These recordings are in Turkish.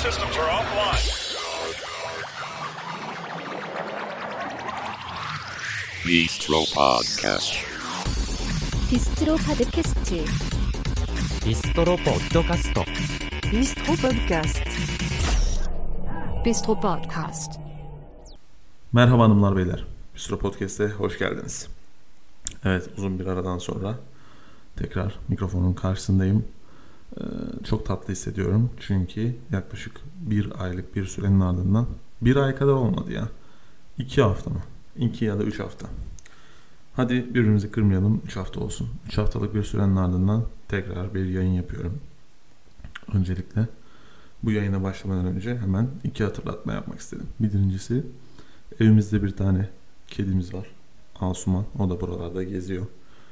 systems are offline. Bistro Podcast. 비스트로 팟캐스트. 비스트로 포드캐스트. 비스트로 팟캐스트. 비스트로 팟캐스트. Merhaba hanımlar beyler. Bistro Podcast'e hoş geldiniz. Evet, uzun bir aradan sonra tekrar mikrofonun karşısındayım. Çok tatlı hissediyorum. Çünkü yaklaşık bir aylık bir sürenin ardından, bir ay kadar olmadı ya. 2 hafta mı? 2 ya da 3 hafta. Hadi birbirimizi kırmayalım. 3 hafta olsun. 3 haftalık bir sürenin ardından tekrar bir yayın yapıyorum. Öncelikle bu yayına başlamadan önce hemen 2 hatırlatma yapmak istedim. Birincisi, evimizde bir tane kedimiz var. Asuman. O da buralarda geziyor.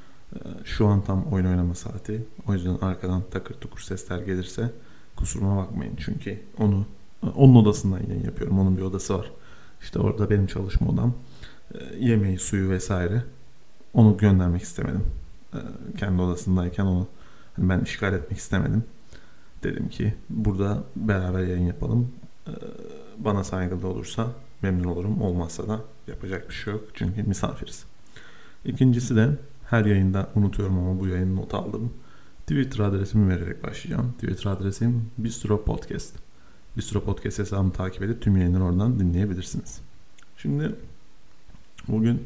Şu an tam oyun oynama saati. O yüzden arkadan takır tukur sesler gelirse kusuruma bakmayın. Çünkü onun odasından yayın yapıyorum. Onun bir odası var. İşte orada benim çalışma odam. Yemeği, suyu vesaire. Onu göndermek istemedim. Kendi odasındayken onu ben işgal etmek istemedim. Dedim ki burada beraber yayın yapalım. Bana saygılı olursa memnun olurum. Olmazsa da yapacak bir şey yok. Çünkü misafiriz. İkincisi de her yayında unutuyorum ama bu yayını not aldım. Twitter adresimi vererek başlayacağım. Twitter adresim Bistro Podcast. Bistro Podcast hesabımı takip edip tüm yayınları oradan dinleyebilirsiniz. Şimdi bugün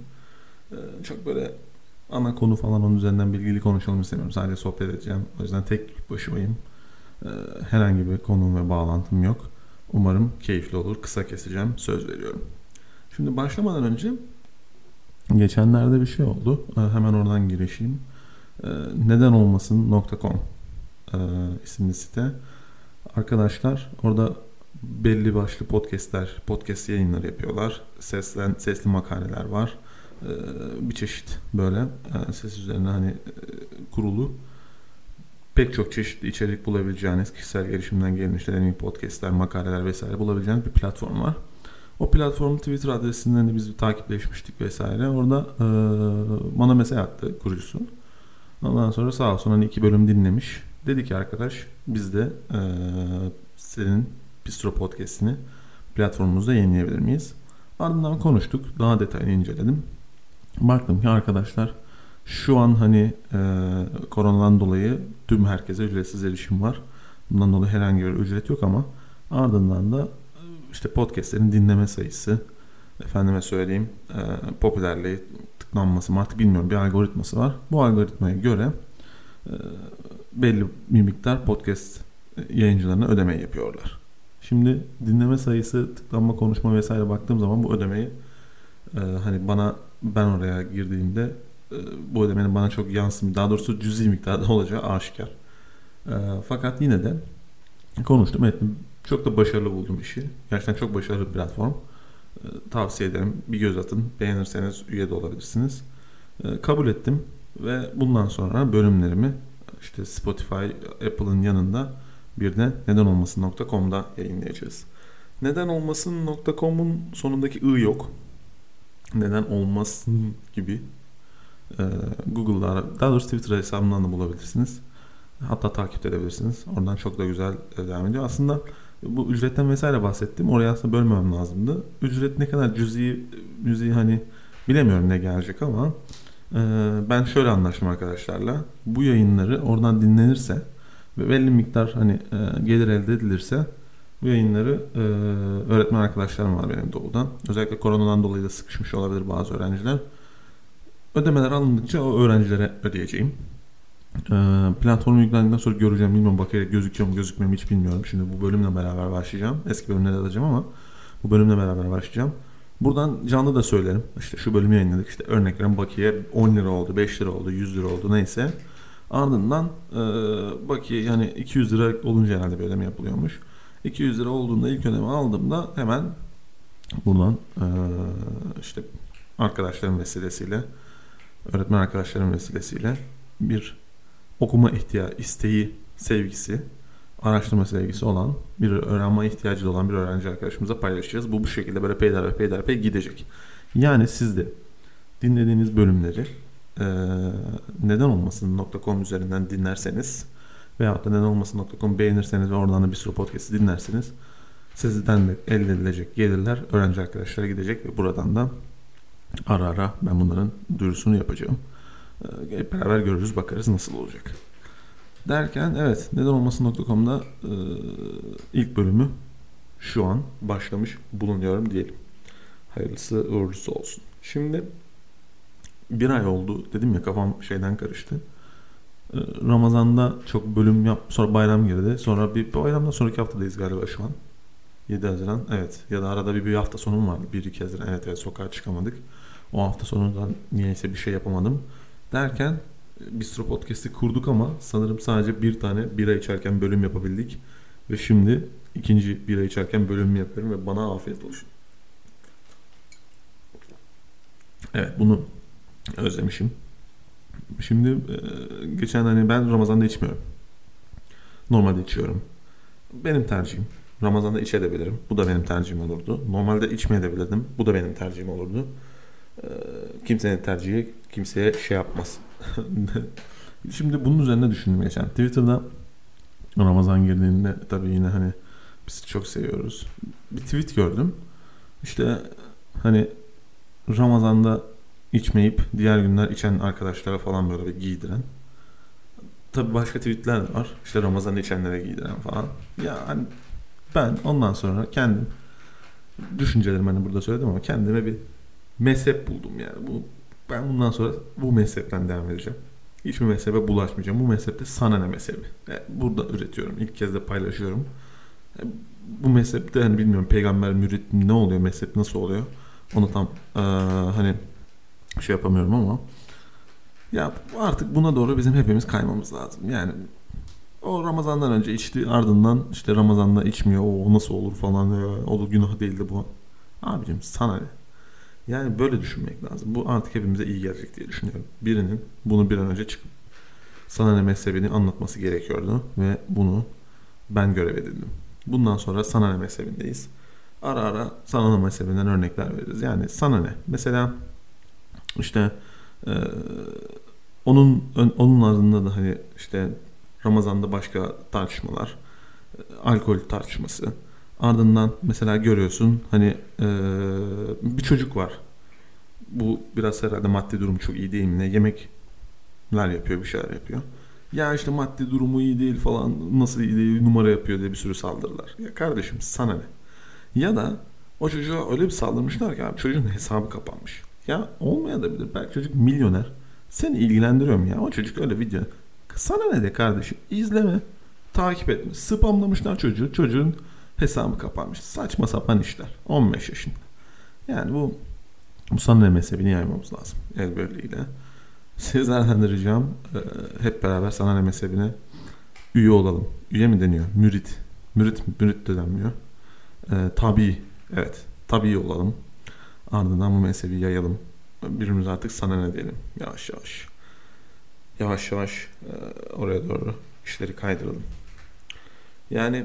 çok böyle ana konu falan onun üzerinden bilgili konuşalım istemiyorum. Sadece sohbet edeceğim. O yüzden tek başımayım. Herhangi bir konum ve bağlantım yok. Umarım keyifli olur. Kısa keseceğim. Söz veriyorum. Şimdi başlamadan önce geçenlerde bir şey oldu. Hemen oradan girişeyim. Nedenolmasın.com isimli site. Arkadaşlar orada belli başlı podcast yayınları yapıyorlar. Sesli makaleler var. Bir çeşit böyle ses üzerine hani kurulu pek çok çeşitli içerik bulabileceğiniz, kişisel gelişimden gelmişler, en iyi podcastler, makaleler vesaire bulabileceğiniz bir platform var. O platformun Twitter adresinden de biz bir takipleşmiştik vesaire. Orada bana mesaj attı kurucusu. Ondan sonra sağ olsun hani 2 bölüm dinlemiş. Dedi ki arkadaş biz de senin Bistro Podcast'ini platformumuzda yayınlayabilir miyiz? Ardından konuştuk. Daha detaylı inceledim. Baktım ki arkadaşlar şu an hani koronadan dolayı tüm herkese ücretsiz erişim var. Bundan dolayı herhangi bir ücret yok ama ardından da işte podcastlerin dinleme sayısı, efendime söyleyeyim popülerliği, tıklanması mı artık bilmiyorum, bir algoritması var. Bu algoritmaya göre belli bir miktar podcast yayıncılarına ödeme yapıyorlar. Şimdi dinleme sayısı, tıklanma, konuşma vesaire baktığım zaman bu ödemeyi hani ben oraya girdiğimde bu ödemenin bana çok daha doğrusu cüzi miktarda olacağı aşikar. Fakat yine de konuştum ettim. Çok da başarılı buldum işi. Gerçekten çok başarılı bir platform. Tavsiye ederim. Bir göz atın. Beğenirseniz üye de olabilirsiniz. Kabul ettim ve bundan sonra bölümlerimi işte Spotify, Apple'ın yanında bir de nedenolmasın.com'da yayınlayacağız. Nedenolmasın.com'un sonundaki ı yok. Neden olmasın gibi Google'da, daha doğrusu Twitter hesabından da bulabilirsiniz. Hatta takip edebilirsiniz. Oradan çok da güzel devam ediyor. Aslında bu ücretten vesaire bahsettim. Oraya aslında bölmemem lazımdı. Ücret ne kadar cüzi hani bilemiyorum ne gelecek ama ben şöyle anlaştım arkadaşlarla. Bu yayınları oradan dinlenirse ve belli miktar hani gelir elde edilirse bu yayınları öğretmen arkadaşlarım var benim doğudan. Özellikle koronadan dolayı da sıkışmış olabilir bazı öğrenciler. Ödemeler alındıkça o öğrencilere ödeyeceğim. Platformu yüklendikten sonra göreceğim. Bilmiyorum bakarak gözüküyor mu gözükmüyor mu hiç bilmiyorum. Şimdi bu bölümle beraber başlayacağım. Eski bölümleri alacağım ama bu bölümle beraber başlayacağım. Buradan canlı da söylerim. İşte şu bölümü yayınladık. İşte örnek veriyorum bakiye 10 lira oldu, 5 lira oldu, 100 lira oldu neyse. Ardından bakiye yani 200 lira olunca herhalde bir ödeme yapılıyormuş. 200 lira olduğunda ilk ödeme aldığımda hemen buradan işte arkadaşlarım vesilesiyle, öğretmen arkadaşlarım vesilesiyle bir okuma isteği, sevgisi, araştırma sevgisi olan bir öğrenme ihtiyacı olan bir öğrenci arkadaşımıza paylaşacağız. Bu şekilde böyle peyderpey gidecek. Yani siz de dinlediğiniz bölümleri nedenolmasın.com üzerinden dinlerseniz veyahut da nedenolmasın.com beğenirseniz ve oradan da bir sürü podcast'i dinlerseniz Sizden de elde edilecek gelirler öğrenci arkadaşlara gidecek ve buradan da ara ara ben bunların duyurusunu yapacağım. Hep beraber görürüz, bakarız nasıl olacak. Derken evet, nedenolmasın.com'da ilk bölümü şu an başlamış bulunuyorum diyelim. Hayırlısı uğurlusu olsun. Şimdi bir ay oldu dedim ya, kafam şeyden karıştı. Ramazan'da çok bölüm sonra bayram girdi. Sonra bir bayramdan sonraki haftadayız galiba şu an. 7 Haziran evet, ya da arada bir hafta sonum vardı, 1-2 Haziran evet sokağa çıkamadık. O hafta sonundan niyeyse bir şey yapamadım. Derken Bistro Podcast'i kurduk ama sanırım sadece bir tane bira içerken bölüm yapabildik. Ve şimdi ikinci bira içerken bölüm yapıyorum ve bana afiyet olsun. Evet, bunu özlemişim. Şimdi geçen hani ben Ramazan'da içmiyorum. Normalde içiyorum. Benim tercihim. Ramazan'da içebilirim. Bu da benim tercihim olurdu. Normalde içmeyebilirdim. Bu da benim tercihim olurdu. Kimsenin tercihi kimseye şey yapmaz. Şimdi bunun üzerine düşündüm geçen. Twitter'da Ramazan girdiğinde tabii yine hani biz çok seviyoruz. Bir tweet gördüm. İşte hani Ramazan'da içmeyip diğer günler içen arkadaşlara falan böyle bir giydiren. Tabii başka tweetler de var. İşte Ramazan'da içenlere giydiren falan. Ya hani ben ondan sonra kendim düşüncelerimi hani burada söyledim ama kendime bir mezhep buldum yani. Ben bundan sonra bu mezhepten devam edeceğim. Hiçbir mezhebe bulaşmayacağım. Bu mezhepte sana ne mezhebi. Burada üretiyorum. İlk kez de paylaşıyorum. Bu mezhepte hani bilmiyorum, peygamber, mürit ne oluyor, mezhep nasıl oluyor? Onu tam hani şey yapamıyorum ama ya artık buna doğru bizim hepimiz kaymamız lazım. Yani o Ramazan'dan önce içti, ardından işte Ramazan'da içmiyor. O nasıl olur falan. O da günah değildi bu. Abicim sana ne? Yani böyle düşünmek lazım. Bu artık hepimize iyi gelecek diye düşünüyorum. Birinin bunu bir an önce çıkıp sana ne mezhebini anlatması gerekiyordu ve bunu ben görev edindim. Bundan sonra sana ne mezhebindeyiz. Ara ara sana ne mezhebinden örnekler veririz. Yani sana ne? Mesela işte onun ardında da hani işte Ramazan'da başka tartışmalar, alkol tartışması. Ardından mesela görüyorsun hani bir çocuk var. Bu biraz herhalde maddi durumu çok iyi değil mi ne? Yemekler yapıyor, bir şeyler yapıyor. Ya işte maddi durumu iyi değil falan, nasıl iyi değil, numara yapıyor diye bir sürü saldırılar. Ya kardeşim sana ne? Ya da o çocuğa öyle bir saldırmışlar ki abi çocuğun hesabı kapanmış. Ya olmayabilir. Belki çocuk milyoner. Seni ilgilendiriyor mu ya? O çocuk öyle video. Sana ne de kardeşim? İzleme. Takip etme. Spamlamışlar çocuğu. Çocuğun hesabı kapanmış. Saçma sapan işler. 15 yaşında. Yani bu sana ne mezhebini yaymamız lazım. El birliğiyle. Sizlerden de ricam hep beraber sana ne mezhebine üye olalım. Üye mi deniyor? Mürit. Mürit de denmiyor. Tabii. Evet. Tabii olalım. Ardından bu mezhebi yayalım. Birimiz artık sana ne diyelim. Yavaş yavaş. Yavaş yavaş oraya doğru işleri kaydıralım. Yani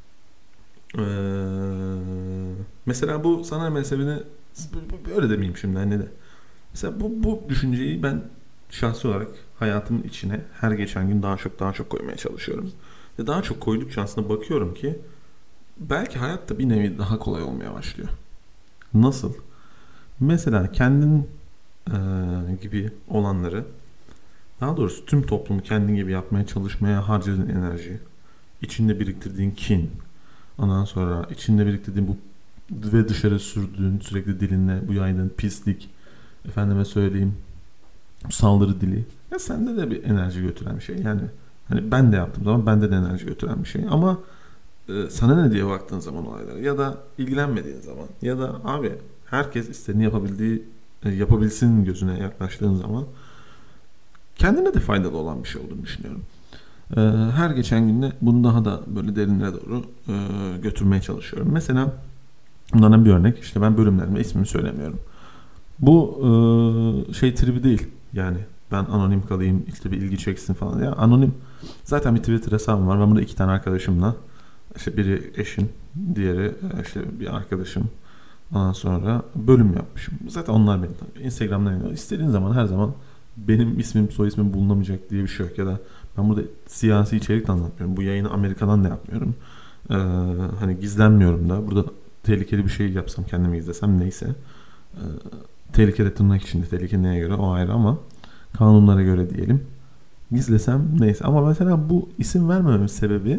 mesela bu sana mezhebini öyle demeyeyim şimdi hani de. Mesela bu düşünceyi ben şahsi olarak hayatımın içine her geçen gün daha çok koymaya çalışıyorum. Ve daha çok koydukça aslında bakıyorum ki belki hayat da bir nevi daha kolay olmaya başlıyor. Nasıl? Mesela kendin gibi olanları, daha doğrusu tüm toplumu kendin gibi yapmaya çalışmaya harcadığın enerji, içinde biriktirdiğin kin, ondan sonra içinde biriktirdiğin bu ve dışarı sürdüğün sürekli dilinle bu yaydığın pislik, efendime söyleyeyim saldırı dili, ya sende de bir enerji götüren bir şey. Yani hani ben de yaptığım zaman bende de enerji götüren bir şey ama sana ne diye baktığın zaman olaylara ya da ilgilenmediğin zaman ya da abi herkes istediğini yapabilsin gözüne yaklaştığın zaman kendine de faydalı olan bir şey olduğunu düşünüyorum. Her geçen günde bunu daha da böyle derinlere doğru götürmeye çalışıyorum. Mesela bundan bir örnek, işte ben bölümlerime ismimi söylemiyorum. Bu şey tribi değil. Yani ben anonim kalayım, işte bir ilgi çeksin falan. Ya anonim, zaten bir Twitter hesabım var. Ben burada 2 tane arkadaşımla, işte biri eşim, diğeri işte bir arkadaşım. Ondan sonra bölüm yapmışım. Zaten onlar beni tanıyor. Instagram'dan yanıyor. İstediğin zaman her zaman benim ismim, soy ismim bulunamayacak diye bir şey yok. Ya da ben burada siyasi içerik de anlatmıyorum. Bu yayını Amerika'dan da yapmıyorum. Hani gizlenmiyorum da. Burada tehlikeli bir şey yapsam, kendimi gizlesem neyse. Tehlikeli tırnak içinde. Tehlike neye göre o ayrı ama kanunlara göre diyelim. Gizlesem neyse. Ama mesela bu isim vermememin sebebi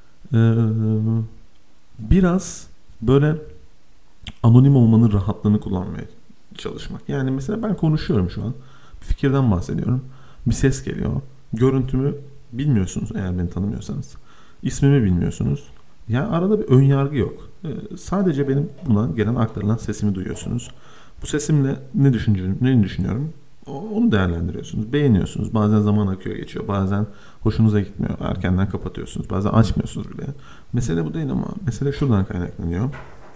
biraz böyle anonim olmanın rahatlığını kullanmaya çalışmak. Yani mesela ben konuşuyorum şu an. Bir fikirden bahsediyorum. Bir ses geliyor. Görüntümü bilmiyorsunuz eğer beni tanımıyorsanız. İsmimi bilmiyorsunuz. Yani arada bir ön yargı yok. Sadece benim buna gelen aktarılan sesimi duyuyorsunuz. Bu sesimle ne düşünüyorum? Onu değerlendiriyorsunuz. Beğeniyorsunuz. Bazen zaman akıyor geçiyor. Bazen hoşunuza gitmiyor. Erkenden kapatıyorsunuz. Bazen açmıyorsunuz bile. Mesele bu değil ama mesele şuradan kaynaklanıyor.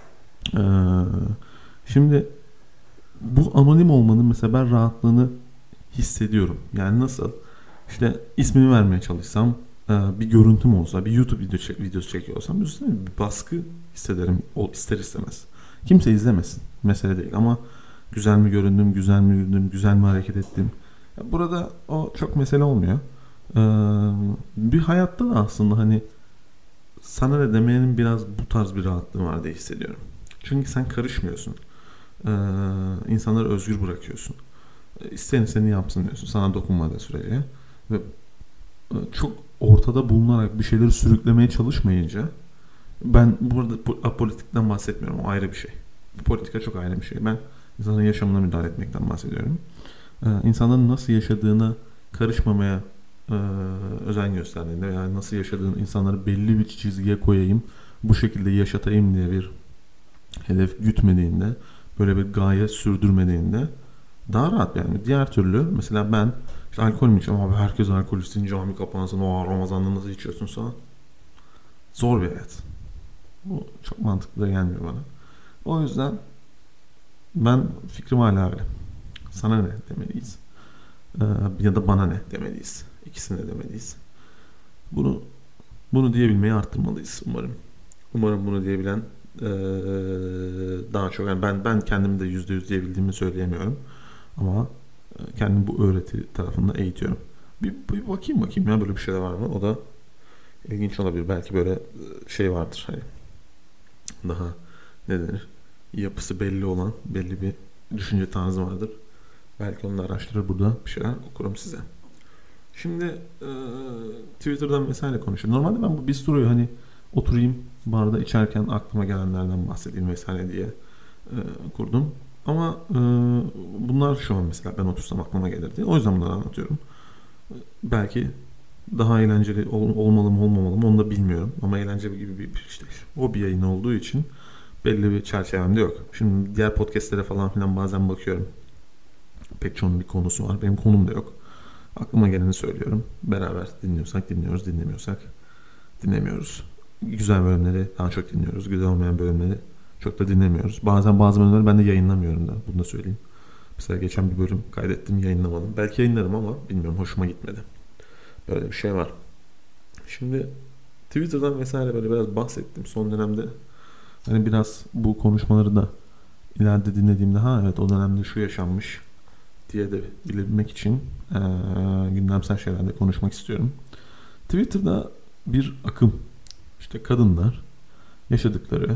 Şimdi bu anonim olmanın mesela ben rahatlığını hissediyorum. Yani nasıl? İşte ismini vermeye çalışsam, bir görüntüm olsa, bir YouTube videosu çekiyor olsam bir baskı hissederim ister istemez. Kimse izlemesin. Mesele değil ama güzel mi göründüm, güzel mi hareket ettim. Burada o çok mesele olmuyor. Bir hayatta da aslında hani sana ne demeyenin biraz bu tarz bir rahatlığı var diye hissediyorum. Çünkü sen karışmıyorsun. İnsanları özgür bırakıyorsun. İsteyen istediğini yapsın diyorsun. Sana dokunmadığı sürece. Ve çok ortada bulunarak bir şeyleri sürüklemeye çalışmayınca ben burada apolitikten bahsetmiyorum. O ayrı bir şey. Politika çok ayrı bir şey. Ben insanların yaşamına müdahale etmekten bahsediyorum. İnsanların nasıl yaşadığına karışmamaya özen gösterdiğinde yani nasıl yaşadığını insanları belli bir çizgiye koyayım, bu şekilde yaşatayım diye bir hedef gütmediğinde, böyle bir gaye sürdürmediğinde daha rahat yani. Diğer türlü mesela ben işte alkol mü içiyorum abi, herkes alkol içsin, cami kapansın, o Ramazan'da nasıl içiyorsun sana? Zor bir hayat. Bu çok mantıklı da gelmiyor bana. O yüzden ben fikrim hala öyle. Sana ne demeliyiz? Ya da bana ne demeliyiz? İkisine de demeliyiz. Bunu diyebilmeyi arttırmalıyız umarım. Umarım bunu diyebilen daha çok, yani ben kendimi de %100 diyebildiğimi söyleyemiyorum. Ama kendimi bu öğreti tarafında eğitiyorum. Bir bakayım ya böyle bir şey var mı? O da ilginç olabilir. Belki böyle şey vardır hani daha ne denir? Yapısı belli olan belli bir düşünce tarzı vardır. Belki onu da araştırır, burada bir şeyler okurum size. Şimdi Twitter'dan vesaire konuşuyorum. Normalde ben bu bistroyu hani oturayım barda içerken aklıma gelenlerden bahsedeyim vesaire diye kurdum. Ama bunlar şu an mesela ben otursam aklıma gelirdi. O yüzden bunları anlatıyorum. Belki daha eğlenceli olmalı mı olmamalı mı onu da bilmiyorum. Ama eğlenceli gibi bir işte hobi yayını olduğu için belli bir çerçevemde yok. Şimdi diğer podcastlere falan filan bazen bakıyorum. Pek çoğunun bir konusu var. Benim konum da yok. Aklıma geleni söylüyorum. Beraber dinliyorsak dinliyoruz, dinlemiyorsak dinlemiyoruz. Güzel bölümleri daha çok dinliyoruz. Güzel olmayan bölümleri çok da dinlemiyoruz. Bazen bazı bölümleri ben de yayınlamıyorum da. Bunu da söyleyeyim. Mesela geçen bir bölüm kaydettim, yayınlamadım. Belki yayınlarım ama bilmiyorum, hoşuma gitmedi. Böyle bir şey var. Şimdi Twitter'dan vesaire böyle biraz bahsettim. Son dönemde hani biraz bu konuşmaları da ileride dinlediğimde evet o dönemde şu yaşanmış diye de bilebilmek için gündemsel şeylerde konuşmak istiyorum. Twitter'da bir akım, işte kadınlar yaşadıkları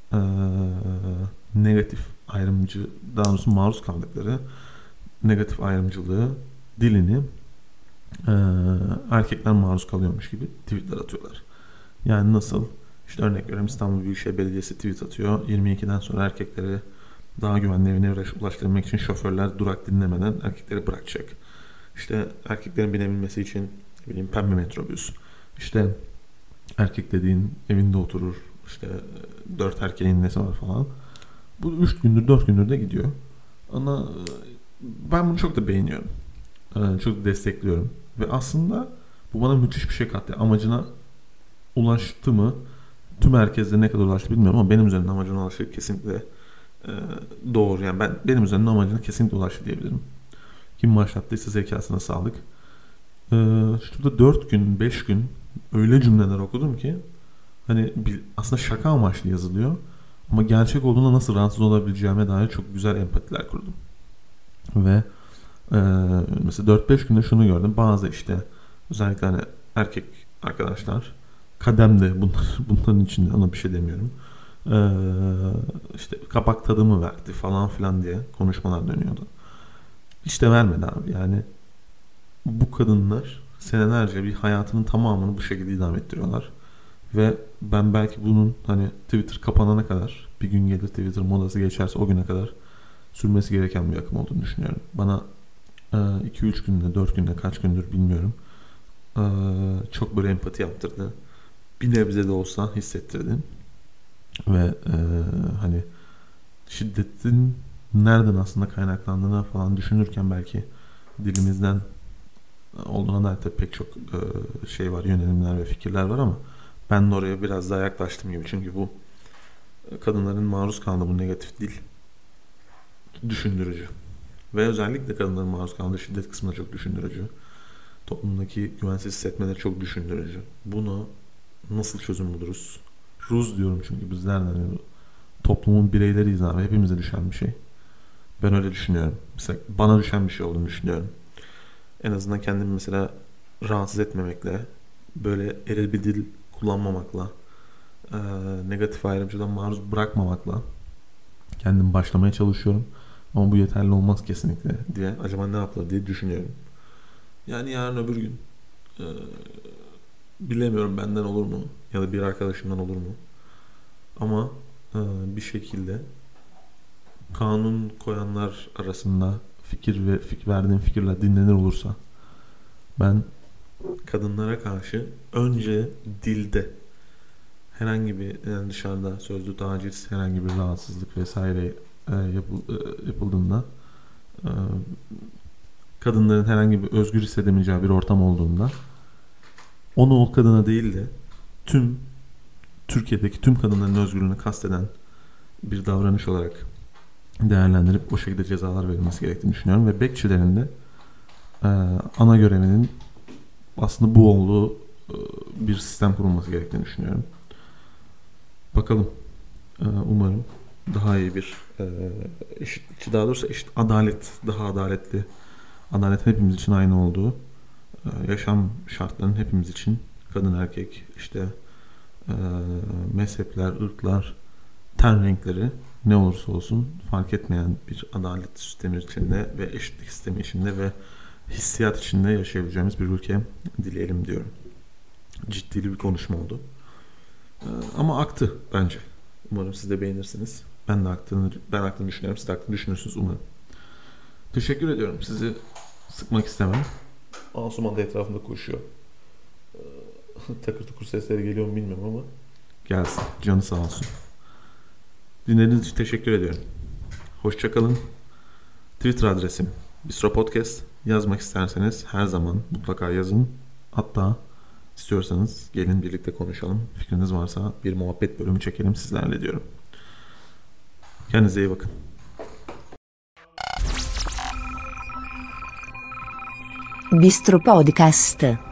negatif ayrımcı, daha doğrusu maruz kaldıkları negatif ayrımcılığı, dilini erkekler maruz kalıyormuş gibi tweetler atıyorlar. Yani nasıl? İşte örnek veriyorum, İstanbul Büyükşehir Belediyesi tweet atıyor. 22'den sonra erkekleri daha güvenli evine ulaştırmak için şoförler durak dinlemeden erkekleri bırakacak. İşte erkeklerin binebilmesi için pembe metrobüs. İşte erkek dediğin evinde oturur. İşte 4 erkeğin nesi var falan. Bu 3 gündür 4 gündür de gidiyor. Ama ben bunu çok da beğeniyorum. Çok destekliyorum. Ve aslında bu bana müthiş bir şey kattı. Amacına ulaştı mı? Tüm herkese ne kadar ulaştı bilmiyorum ama benim üzerinden amacına ulaştı kesinlikle doğru. Yani benim üzerinden amacına kesinlikle ulaştı diyebilirim. Kim başlattıysa zekasına sağlık. Şurada 4 gün 5 gün öyle cümleler okudum ki hani aslında şaka amaçlı yazılıyor ama gerçek olduğunda nasıl rahatsız olabileceğime dair çok güzel empatiler kurdum. Ve mesela 4-5 günde şunu gördüm. Bazı işte özellikle hani erkek arkadaşlar kadem de bunların içinde, ona bir şey demiyorum. İşte kabak tadı mı verdi falan filan diye konuşmalar dönüyordu. Hiç de vermedi abi. Yani bu kadınlar senelerce bir hayatının tamamını bu şekilde idame ettiriyorlar. Ve ben belki bunun hani Twitter kapanana kadar, bir gün gelir Twitter modası geçerse o güne kadar sürmesi gereken bir akım olduğunu düşünüyorum. Bana 2-3 günde, 4 günde, kaç gündür bilmiyorum, çok böyle empati yaptırdı. Bir nebze de olsa hissettirdi. Ve hani şiddetin nereden aslında kaynaklandığını falan düşünürken belki dilimizden olduğuna dair de pek çok şey var, yönelimler ve fikirler var ama ben de oraya biraz daha yaklaştım gibi. Çünkü bu kadınların maruz kaldığı bu negatif dil düşündürücü. Ve özellikle kadınların maruz kaldığı şiddet kısmında çok düşündürücü. Toplumdaki güvensiz hissetmeleri çok düşündürücü. Buna nasıl çözüm buluruz? Ruz diyorum çünkü bizler de toplumun bireyleriyiz abi. Hepimize düşen bir şey. Ben öyle düşünüyorum. Mesela bana düşen bir şey olduğunu düşünüyorum. En azından kendimi mesela rahatsız etmemekle, böyle eril bir dil kullanmamakla, negatif ayrımcılığa maruz bırakmamakla kendim başlamaya çalışıyorum. Ama bu yeterli olmaz kesinlikle diye, acaba ne yapılır diye düşünüyorum. Yani yarın öbür gün bilemiyorum benden olur mu ya da bir arkadaşımdan olur mu. Ama bir şekilde kanun koyanlar arasında verdiğim fikirler dinlenir olursa ben kadınlara karşı önce dilde herhangi bir, yani dışarıda sözlü taciz, herhangi bir rahatsızlık vesaire yapıldığında, kadınların herhangi bir özgür hissedemeyeceği bir ortam olduğunda onu o kadına değil de tüm Türkiye'deki tüm kadınların özgürlüğünü kasteden bir davranış olarak değerlendirip o şekilde cezalar verilmesi gerektiğini düşünüyorum ve bekçilerin de ana görevinin aslında bu olduğu bir sistem kurulması gerektiğini düşünüyorum. Bakalım. Umarım daha iyi bir eşitlikçi, daha doğrusu eşit adalet, daha adaletli, adalet hepimiz için aynı olduğu, yaşam şartlarının hepimiz için, kadın erkek, işte mezhepler, ırklar, ten renkleri ne olursa olsun fark etmeyen bir adalet sistemi içinde ve eşitlik sistemi içinde ve hissiyat içinde yaşayabileceğimiz bir ülke dileyelim diyorum. Ciddi bir konuşma oldu. Ama aktı bence. Umarım siz de beğenirsiniz. Ben aktığını düşünüyorum. Siz de aktığını düşünürsünüz umarım. Teşekkür ediyorum. Sizi sıkmak istemem. Asuman da etrafında koşuyor. Takır tukur sesleri geliyor mu bilmiyorum ama gelsin. Canı sağ olsun. Dinlediğiniz için teşekkür ediyorum. Hoşçakalın. Twitter adresim Bistro Podcast. Yazmak isterseniz her zaman mutlaka yazın. Hatta istiyorsanız gelin birlikte konuşalım. Fikriniz varsa bir muhabbet bölümü çekelim sizlerle diyorum. Kendinize iyi bakın. Bistro Podcast.